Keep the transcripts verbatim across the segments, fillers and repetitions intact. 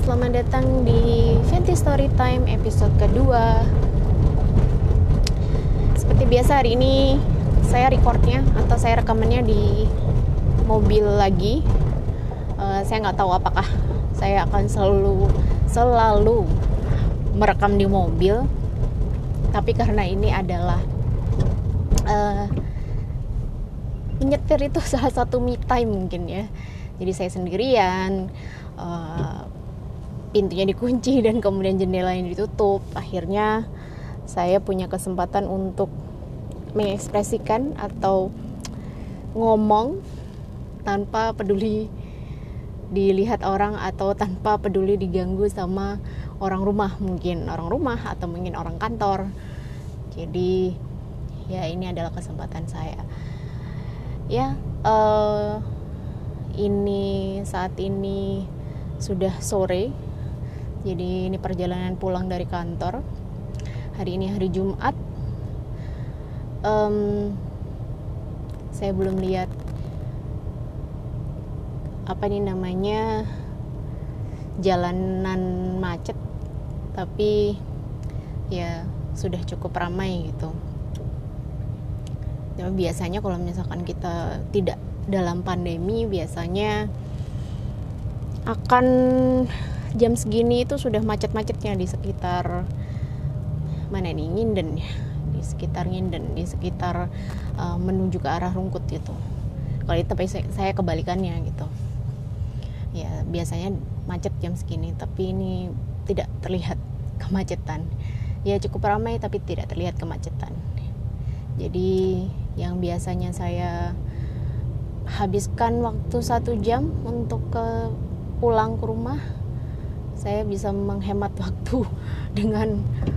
selamat datang di Fenty Storytime episode kedua. Seperti biasa hari ini saya recordnya atau saya rekamannya di mobil lagi. uh, Saya nggak tahu apakah saya akan selalu selalu merekam di mobil, tapi karena ini adalah uh, menyetir itu salah satu me time mungkin ya. Jadi saya sendirian, uh, pintunya dikunci dan kemudian jendelanya ditutup. Akhirnya saya punya kesempatan untuk mengekspresikan atau ngomong tanpa peduli dilihat orang atau tanpa peduli diganggu sama orang rumah, mungkin orang rumah atau mungkin orang kantor. Jadi ya ini adalah kesempatan saya. Ya, uh, ini saat ini sudah sore. Jadi ini perjalanan pulang dari kantor. Hari ini hari Jumat. Um, saya belum lihat apa nih namanya jalanan macet, tapi ya sudah cukup ramai gitu. Ya, biasanya kalau misalkan kita tidak dalam pandemi, biasanya akan jam segini itu sudah macet-macetnya di sekitar mana nih, Nginden ya, di sekitar Nginden, di sekitar uh, menuju ke arah Rungkut gitu. Kalau itu tapi saya kebalikannya gitu. Ya biasanya macet jam segini, tapi ini tidak terlihat kemacetan. Ya cukup ramai tapi tidak terlihat kemacetan. Jadi yang biasanya saya habiskan waktu satu jam untuk ke pulang ke rumah, saya bisa menghemat waktu dengan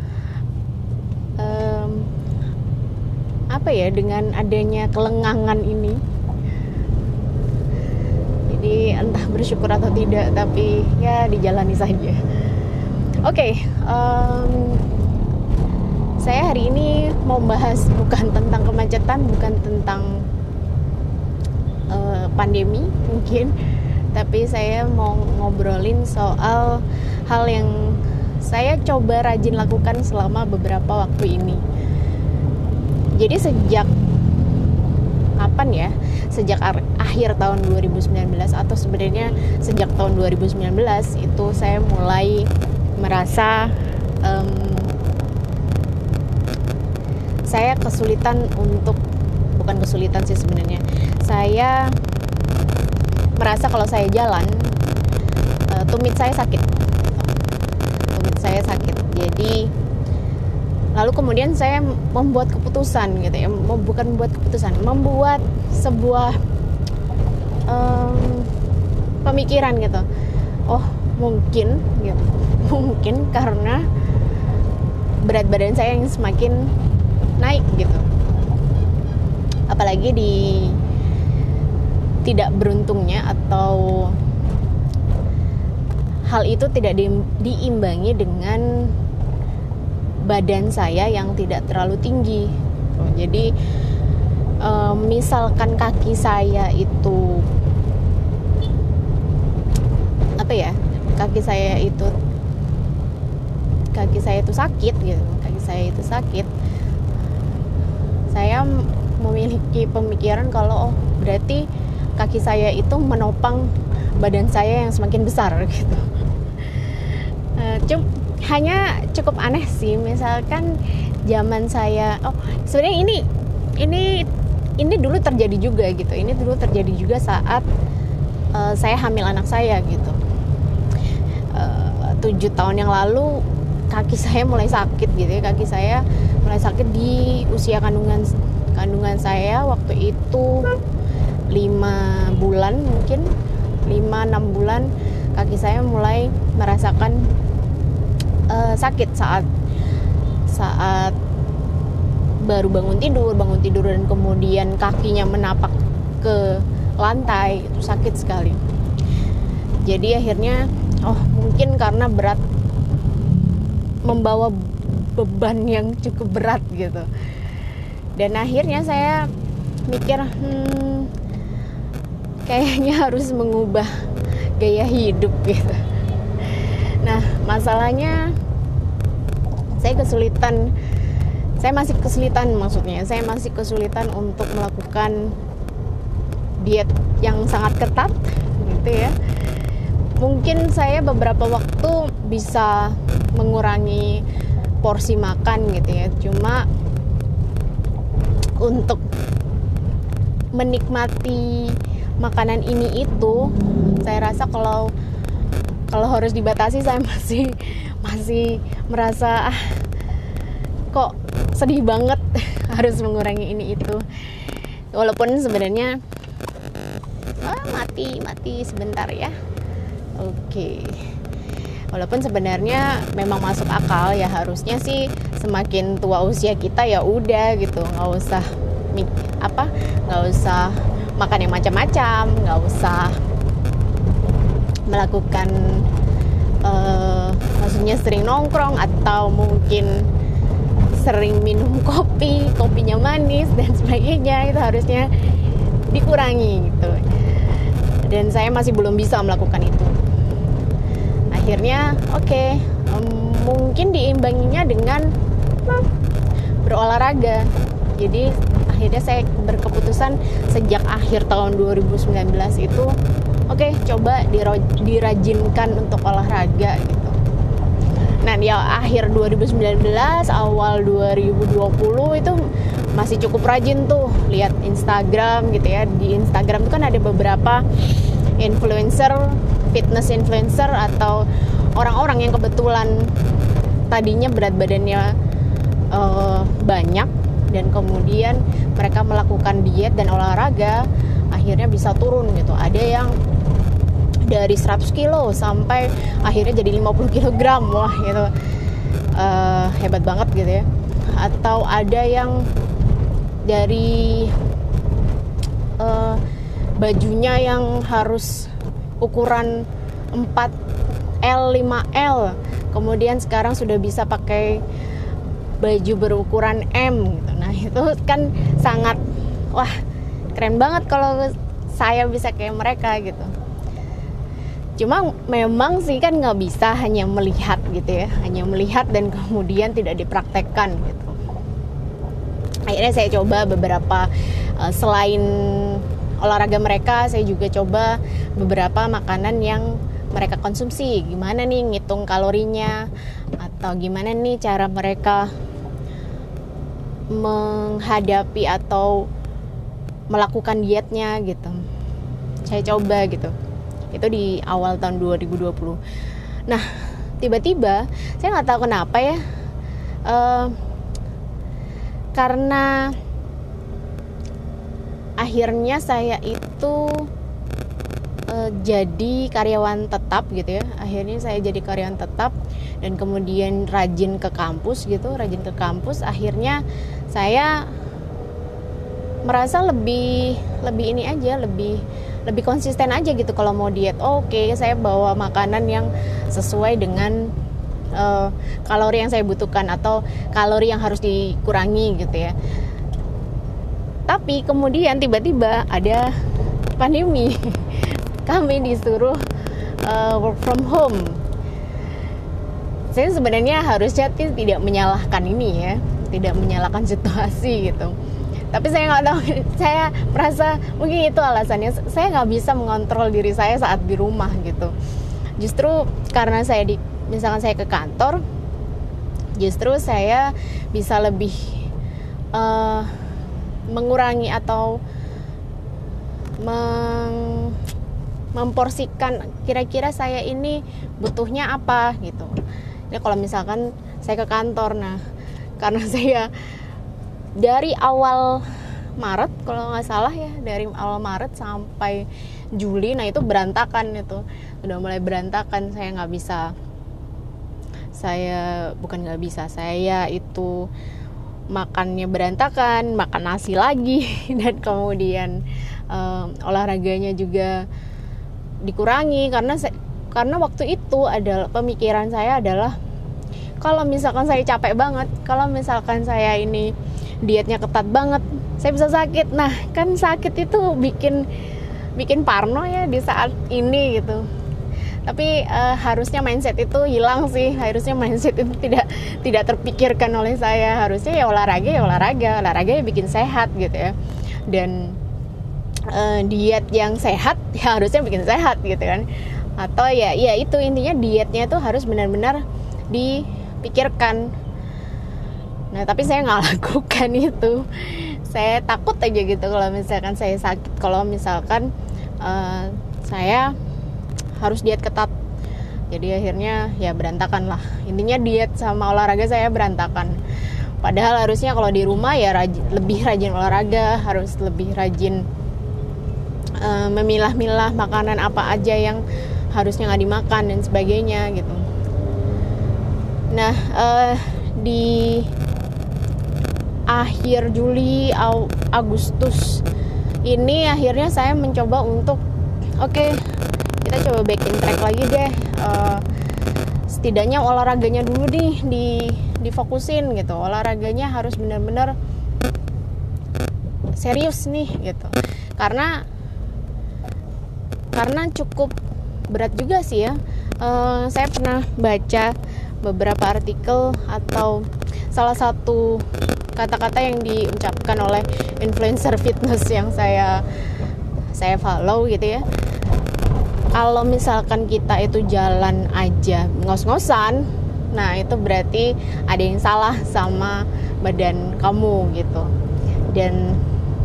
um, apa ya dengan adanya kelengangan ini. Jadi entah bersyukur atau tidak, tapi ya dijalani saja. Oke, okay, um, saya hari ini mau bahas bukan tentang kemacetan, bukan tentang uh, pandemi mungkin, tapi saya mau ngobrolin soal hal yang saya coba rajin lakukan selama beberapa waktu ini. Jadi sejak kapan ya? Sejak ar- akhir tahun dua ribu sembilan belas atau sebenarnya sejak tahun dua ribu sembilan belas itu saya mulai merasa um, saya kesulitan untuk, bukan kesulitan sih sebenarnya, saya merasa kalau saya jalan uh, tumit saya sakit tumit saya sakit jadi lalu kemudian saya membuat keputusan gitu ya, bukan membuat keputusan, membuat sebuah um, pemikiran gitu. Oh mungkin gitu mungkin karena berat badan saya yang semakin naik gitu, apalagi di tidak beruntungnya atau hal itu tidak di, diimbangi dengan badan saya yang tidak terlalu tinggi. Jadi um, misalkan kaki saya itu apa ya kaki saya itu kaki saya itu sakit gitu kaki saya itu sakit saya memiliki pemikiran kalau oh berarti kaki saya itu menopang badan saya yang semakin besar gitu. Uh, cukup hanya cukup aneh sih, misalkan zaman saya, oh sebenarnya ini ini ini dulu terjadi juga gitu. Ini dulu terjadi juga saat uh, saya hamil anak saya gitu. Uh, tujuh tahun yang lalu kaki saya mulai sakit gitu ya. Kaki saya mulai sakit di usia kandungan kandungan saya waktu itu lima bulan mungkin lima enam bulan kaki saya mulai merasakan uh, sakit saat saat baru bangun tidur bangun tidur dan kemudian kakinya menapak ke lantai, itu sakit sekali. Jadi akhirnya oh mungkin karena berat, membawa beban yang cukup berat gitu. Dan akhirnya saya mikir hmm, kayaknya harus mengubah gaya hidup gitu. Nah, masalahnya saya kesulitan, saya masih kesulitan maksudnya, saya masih kesulitan untuk melakukan diet yang sangat ketat gitu ya. Mungkin saya beberapa waktu bisa mengurangi porsi makan gitu ya. Cuma untuk menikmati makanan ini itu, saya rasa kalau kalau harus dibatasi saya masih masih merasa ah, kok sedih banget harus mengurangi ini itu. Walaupun sebenarnya ah, mati mati sebentar ya. Oke. Walaupun sebenarnya memang masuk akal ya, harusnya sih semakin tua usia kita ya udah gitu, nggak usah apa, nggak usah makan yang macam-macam, nggak usah melakukan uh, maksudnya sering nongkrong atau mungkin sering minum kopi, kopinya manis dan sebagainya, itu harusnya dikurangi gitu. Dan saya masih belum bisa melakukan itu. Akhirnya oke, okay, um, mungkin diimbanginya dengan hmm, berolahraga. Jadi akhirnya saya berkeputusan sejak akhir tahun dua ribu sembilan belas itu oke, okay, coba diro- dirajinkan untuk olahraga gitu. Nah, di akhir dua ribu sembilan belas awal dua ribu dua puluh itu masih cukup rajin tuh lihat Instagram gitu ya. Di Instagram itu kan ada beberapa influencer, fitness influencer atau orang-orang yang kebetulan tadinya berat badannya uh, banyak dan kemudian mereka melakukan diet dan olahraga akhirnya bisa turun gitu. Ada yang dari seratus kilo sampai akhirnya jadi lima puluh kilogram, wah gitu, uh, hebat banget gitu ya. Atau ada yang dari uh, bajunya yang harus ukuran empat L, lima L, kemudian sekarang sudah bisa pakai baju berukuran M gitu. Nah itu kan sangat, wah keren banget kalau saya bisa kayak mereka gitu. Cuma memang sih kan nggak bisa hanya melihat gitu ya, hanya melihat dan kemudian tidak dipraktekkan gitu. Akhirnya saya coba beberapa uh, selain olahraga mereka, saya juga coba beberapa makanan yang mereka konsumsi. Gimana nih ngitung kalorinya, atau gimana nih cara mereka menghadapi atau melakukan dietnya gitu. Saya coba gitu. Itu di awal tahun dua ribu dua puluh. Nah, tiba-tiba saya nggak tahu kenapa ya, uh, karena akhirnya saya itu uh, jadi karyawan tetap gitu ya. Akhirnya saya jadi karyawan tetap dan kemudian rajin ke kampus gitu, rajin ke kampus. Akhirnya saya merasa lebih lebih ini aja, lebih lebih konsisten aja gitu kalau mau diet. Oh, oke, okay, saya bawa makanan yang sesuai dengan uh, kalori yang saya butuhkan atau kalori yang harus dikurangi gitu ya. Tapi kemudian tiba-tiba ada pandemi. Kami disuruh uh, work from home. Saya sebenarnya harusnya tidak menyalahkan ini ya, tidak menyalahkan situasi gitu. Tapi saya nggak tahu, saya merasa mungkin itu alasannya. Saya nggak bisa mengontrol diri saya saat di rumah gitu. Justru karena saya di, misalkan saya ke kantor, justru saya bisa lebih uh, mengurangi atau meng, memporsikan kira-kira saya ini butuhnya apa gitu. Jadi kalau misalkan saya ke kantor, nah karena saya dari awal Maret kalau nggak salah ya, dari awal Maret sampai Juli, nah itu berantakan, itu udah mulai berantakan. Saya nggak bisa, saya bukan nggak bisa, saya itu makannya berantakan, makan nasi lagi dan kemudian um, olahraganya juga dikurangi karena saya, karena waktu itu adalah pemikiran saya adalah kalau misalkan saya capek banget, kalau misalkan saya ini dietnya ketat banget, saya bisa sakit. Nah, kan sakit itu bikin bikin parno ya di saat ini gitu. tapi uh, harusnya mindset itu hilang sih. Harusnya mindset itu tidak tidak terpikirkan oleh saya. Harusnya ya olahraga ya olahraga olahraga ya bikin sehat gitu ya. Dan uh, diet yang sehat ya harusnya bikin sehat gitu kan. Atau ya ya itu intinya, dietnya itu harus benar-benar dipikirkan. Nah tapi saya nggak lakukan itu. Saya takut aja gitu kalau misalkan saya sakit, kalau misalkan uh, saya harus diet ketat. Jadi akhirnya ya berantakan lah. Intinya diet sama olahraga saya berantakan. Padahal harusnya kalau di rumah ya rajin, lebih rajin olahraga, harus lebih rajin uh, memilah-milah makanan apa aja yang harusnya nggak dimakan dan sebagainya gitu. Nah uh, di akhir Juli, Agustus ini akhirnya saya mencoba untuk oke okay, kita coba back in track lagi deh, uh, setidaknya olahraganya dulu nih di difokusin gitu. Olahraganya harus benar-benar serius nih gitu, karena karena cukup berat juga sih ya. uh, saya pernah baca beberapa artikel atau salah satu kata-kata yang diucapkan oleh influencer fitness yang saya saya follow gitu ya. Kalau misalkan kita itu jalan aja ngos-ngosan, nah itu berarti ada yang salah sama badan kamu gitu. Dan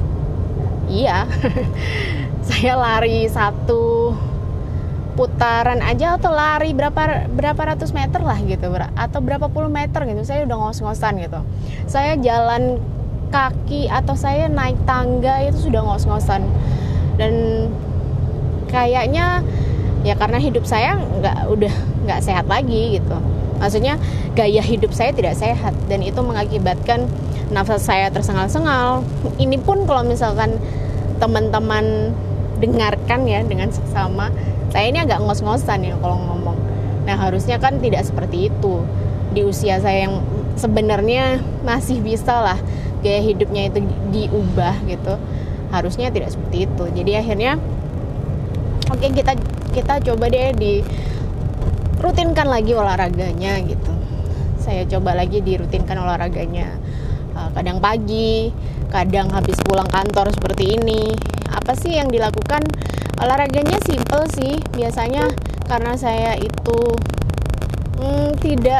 iya, saya lari satu putaran aja atau lari berapa berapa ratus meter lah gitu, atau berapa puluh meter gitu, saya udah ngos-ngosan gitu. Saya jalan kaki atau saya naik tangga itu sudah ngos-ngosan. Dan kayaknya ya karena hidup saya nggak udah nggak sehat lagi gitu. Maksudnya gaya hidup saya tidak sehat, dan itu mengakibatkan nafas saya tersengal-sengal. Ini pun kalau misalkan teman-teman dengarkan ya dengan seksama, saya ini agak ngos-ngosan ya kalau ngomong. Nah harusnya kan tidak seperti itu. Di usia saya yang sebenarnya masih bisa lah gaya hidupnya itu diubah gitu, harusnya tidak seperti itu. Jadi akhirnya oke okay, kita kita coba deh di rutinkan lagi olahraganya gitu. Saya coba lagi dirutinkan olahraganya, uh, kadang pagi, kadang habis pulang kantor seperti ini. Apa sih yang dilakukan? Olahraganya simple sih biasanya, karena saya itu hmm, tidak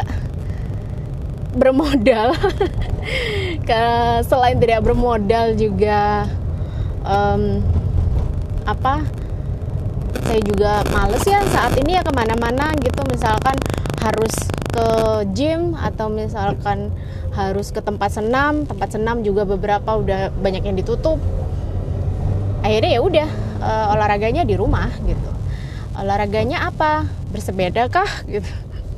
bermodal. Selain tidak bermodal juga um, apa saya juga males ya saat ini ya kemana-mana gitu. Misalkan harus ke gym atau misalkan harus ke tempat senam. Tempat senam juga beberapa udah banyak yang ditutup. Akhirnya ya udah, uh, olahraganya di rumah gitu. Olahraganya apa? Bersepeda kah gitu?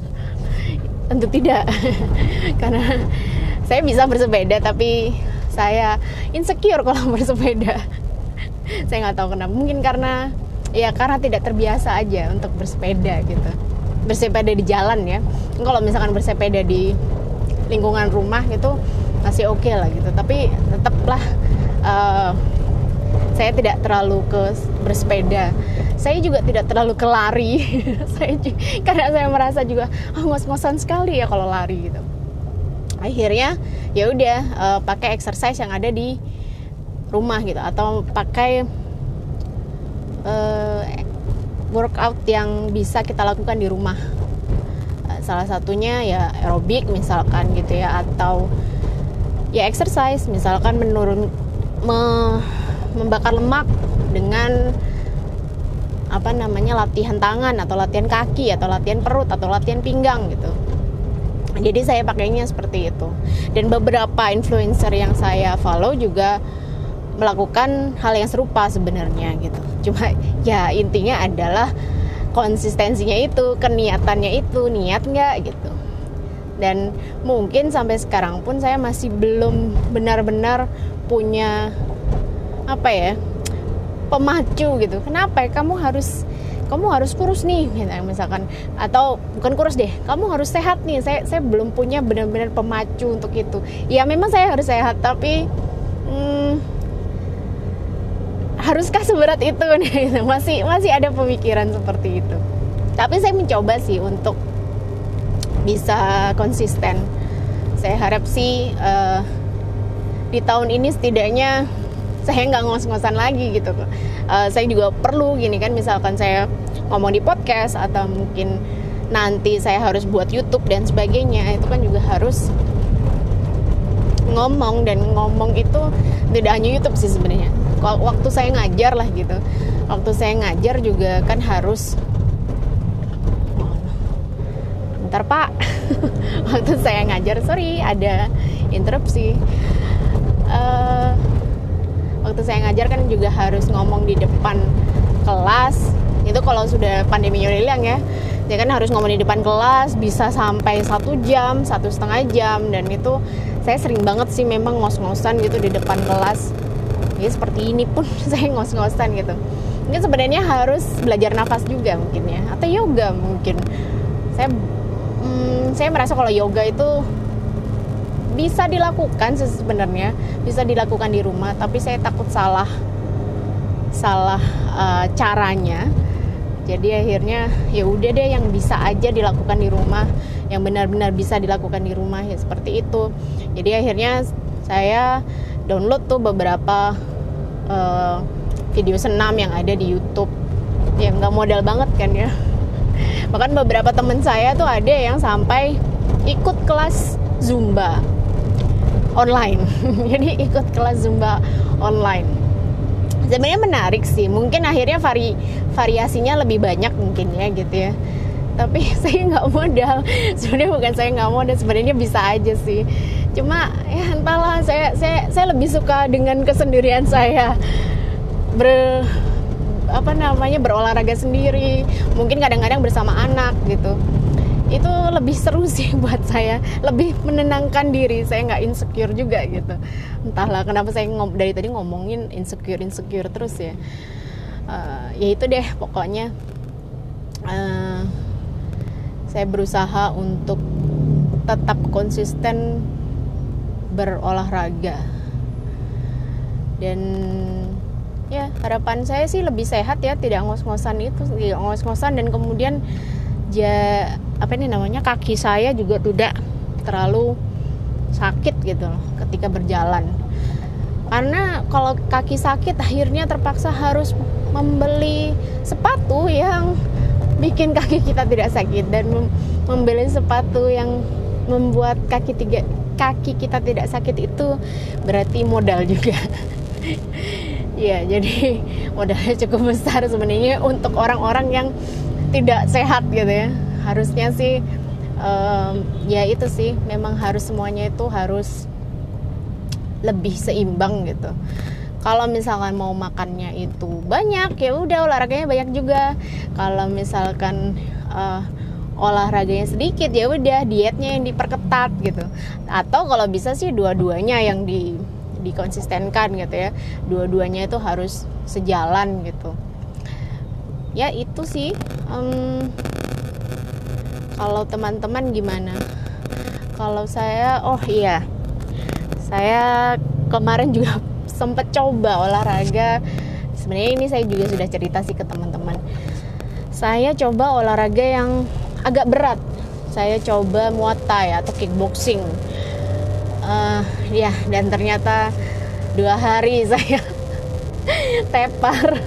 Tentu tidak. Karena saya bisa bersepeda tapi saya insecure kalau bersepeda. Saya nggak tahu kenapa. Mungkin karena ya karena tidak terbiasa aja untuk bersepeda gitu. Bersepeda di jalan ya. Kalau misalkan bersepeda di lingkungan rumah gitu masih oke okay lah gitu. Tapi tetaplah uh, saya tidak terlalu ke bersepeda. Saya juga tidak terlalu ke lari. saya juga, karena saya merasa juga oh, ngos-ngosan sekali ya kalau lari gitu. Akhirnya ya udah uh, pakai exercise yang ada di rumah gitu, atau pakai uh, workout yang bisa kita lakukan di rumah. Uh, salah satunya ya aerobik misalkan gitu ya, atau ya exercise misalkan menurun me, membakar lemak dengan apa namanya latihan tangan atau latihan kaki atau latihan perut atau latihan pinggang gitu. Jadi saya pakainya seperti itu. Dan beberapa influencer yang saya follow juga melakukan hal yang serupa sebenarnya gitu. Cuma ya intinya adalah konsistensinya itu, keniatannya itu, niat nggak gitu. Dan mungkin sampai sekarang pun saya masih belum benar-benar punya apa ya, pemacu gitu. Kenapa ya kamu harus kamu harus kurus nih gitu, misalkan, atau bukan kurus deh, kamu harus sehat nih. Saya saya belum punya benar-benar pemacu untuk itu. Ya memang saya harus sehat, tapi hmm, haruskah seberat itu nih? Masih masih ada pemikiran seperti itu. Tapi saya mencoba sih untuk bisa konsisten. Saya harap sih uh, di tahun ini setidaknya saya nggak ngos-ngosan lagi gitu. Uh, saya juga perlu gini kan, misalkan saya ngomong di podcast atau mungkin nanti saya harus buat YouTube dan sebagainya, itu kan juga harus ngomong, dan ngomong itu tidak hanya YouTube sih sebenarnya. Kalau waktu saya ngajar lah gitu, waktu saya ngajar juga kan harus, bentar Pak, waktu saya ngajar, sorry ada interupsi. Uh, waktu saya ngajar kan juga harus ngomong di depan kelas. Itu kalau sudah pandeminya udah hilang ya, ya kan harus ngomong di depan kelas, bisa sampai satu jam, satu setengah jam, dan itu saya sering banget sih memang ngos-ngosan gitu di depan kelas. Ya seperti ini pun saya ngos-ngosan gitu. Mungkin sebenarnya harus belajar nafas juga mungkin ya, atau yoga mungkin. Saya Hmm, saya merasa kalau yoga itu bisa dilakukan sebenarnya, bisa dilakukan di rumah, tapi saya takut salah salah uh, caranya. Jadi akhirnya ya udah deh, yang bisa aja dilakukan di rumah, yang benar-benar bisa dilakukan di rumah ya seperti itu. Jadi akhirnya saya download tuh beberapa uh, video senam yang ada di YouTube, yang nggak modal banget kan ya. Bahkan beberapa teman saya tuh ada yang sampai ikut kelas Zumba online. Jadi ikut kelas Zumba online. Sebenarnya menarik sih. Mungkin akhirnya vari, variasinya lebih banyak mungkin ya gitu ya. Tapi saya nggak modal. Sebenarnya bukan saya nggak modal. Sebenarnya bisa aja sih. Cuma ya entahlah. Saya saya saya lebih suka dengan kesendirian saya. Ber apa namanya berolahraga sendiri, mungkin kadang-kadang bersama anak gitu. Itu lebih seru sih buat saya, lebih menenangkan diri. Saya nggak insecure juga gitu. Entahlah kenapa saya ngom- dari tadi ngomongin insecure insecure terus ya. Uh, ya itu deh pokoknya. Uh, saya berusaha untuk tetap konsisten berolahraga, dan ya harapan saya sih lebih sehat ya, tidak ngos-ngosan itu, tidak ngos-ngosan, dan kemudian ja, apa ini namanya kaki saya juga tidak terlalu sakit gitu loh ketika berjalan. Karena kalau kaki sakit akhirnya terpaksa harus membeli sepatu yang bikin kaki kita tidak sakit, dan mem- membeli sepatu yang membuat kaki tiga kaki kita tidak sakit itu berarti modal juga. Ya, jadi modalnya cukup besar sebenarnya untuk orang-orang yang tidak sehat gitu ya. Harusnya sih um, ya itu sih, memang harus semuanya itu harus lebih seimbang gitu. Kalau misalkan mau makannya itu banyak, ya udah olahraganya banyak juga. Kalau misalkan uh, olahraganya sedikit, ya udah dietnya yang diperketat gitu. Atau kalau bisa sih dua-duanya yang di dikonsistenkan gitu ya, dua-duanya itu harus sejalan gitu ya. Itu sih um, kalau teman-teman gimana? Kalau saya, oh iya, saya kemarin juga sempat coba olahraga. Sebenarnya ini saya juga sudah cerita sih ke teman-teman. Saya coba olahraga yang agak berat. Saya coba Muay Thai atau kickboxing. Uh, ya, dan ternyata dua hari saya tepar.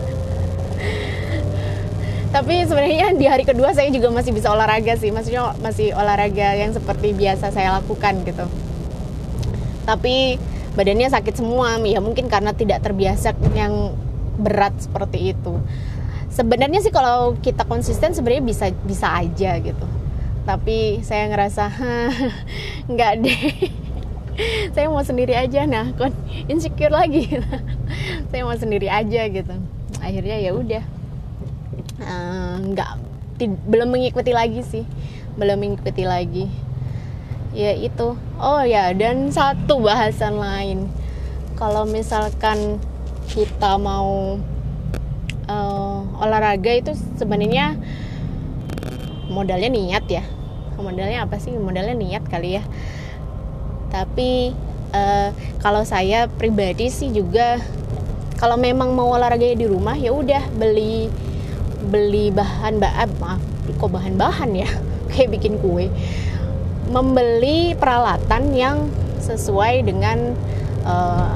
Tapi sebenarnya di hari kedua saya juga masih bisa olahraga sih, maksudnya masih olahraga yang seperti biasa saya lakukan gitu. Tapi badannya sakit semua, ya mungkin karena tidak terbiasa yang berat seperti itu. Sebenarnya sih kalau kita konsisten sebenarnya bisa bisa aja gitu. Tapi saya ngerasa nggak deh. Saya mau sendiri aja, nah kon insecure lagi. Saya mau sendiri aja gitu. Akhirnya ya udah, uh, nggak t- belum mengikuti lagi sih, belum mengikuti lagi. Ya itu. Oh ya, dan satu bahasan lain. Kalau misalkan kita mau uh, olahraga itu sebenarnya modalnya niat ya. Modalnya apa sih? Modalnya niat kali ya. Tapi uh, kalau saya pribadi sih juga, kalau memang mau olahraganya di rumah ya udah beli beli bahan bahan maaf kok bahan-bahan ya kayak bikin kue, membeli peralatan yang sesuai dengan uh,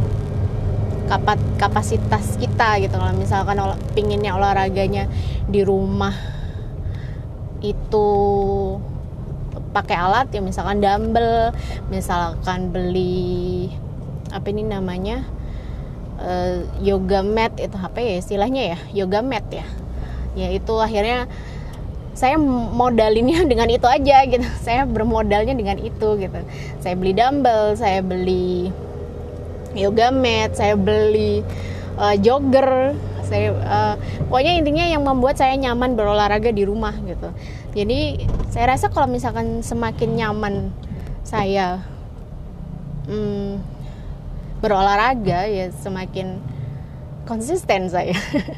kapasitas kita gitu. Kalau misalkan olah, pinginnya olahraganya di rumah itu pakai alat ya, misalkan dumbbell, misalkan beli apa ini namanya uh, yoga mat, itu apa ya istilahnya ya, yoga mat ya, ya itu akhirnya saya modalinnya dengan itu aja gitu, saya bermodalnya dengan itu gitu. Saya beli dumbbell, saya beli yoga mat, saya beli uh, jogger, saya uh, pokoknya intinya yang membuat saya nyaman berolahraga di rumah gitu. Jadi saya rasa kalau misalkan semakin nyaman saya hmm, berolahraga, ya semakin konsisten saya.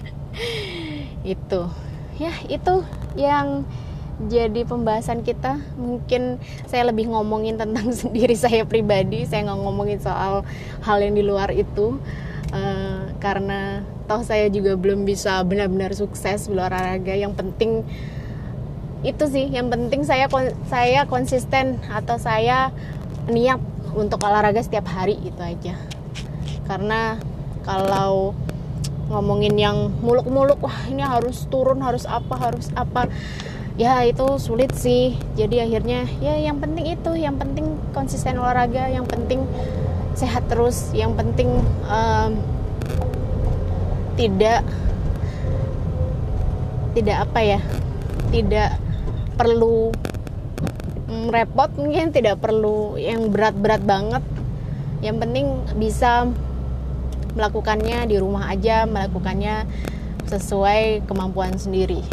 Itu ya, itu yang jadi pembahasan kita. Mungkin saya lebih ngomongin tentang diri saya pribadi, saya nggak ngomongin soal hal yang di luar itu, uh, karena toh saya juga belum bisa benar-benar sukses berolahraga. Yang penting itu sih, yang penting saya saya konsisten atau saya niat untuk olahraga setiap hari, itu aja. Karena kalau ngomongin yang muluk-muluk, wah ini harus turun, harus apa, harus apa, ya itu sulit sih. Jadi akhirnya ya yang penting itu, yang penting konsisten olahraga, yang penting sehat terus, yang penting um, tidak tidak apa ya, tidak perlu mm, repot, mungkin tidak perlu yang berat-berat banget. Yang penting bisa melakukannya di rumah aja, melakukannya sesuai kemampuan sendiri.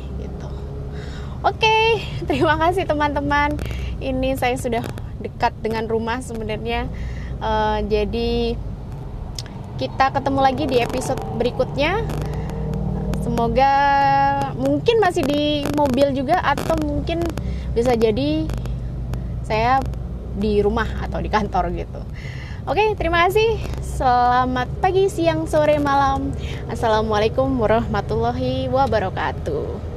Oke, terima kasih teman-teman. Ini saya sudah dekat dengan rumah sebenarnya. Uh, jadi kita ketemu lagi di episode berikutnya. Semoga mungkin masih di mobil juga, atau mungkin bisa jadi saya di rumah atau di kantor gitu. Oke, terima kasih. Selamat pagi, siang, sore, malam. Assalamualaikum warahmatullahi wabarakatuh.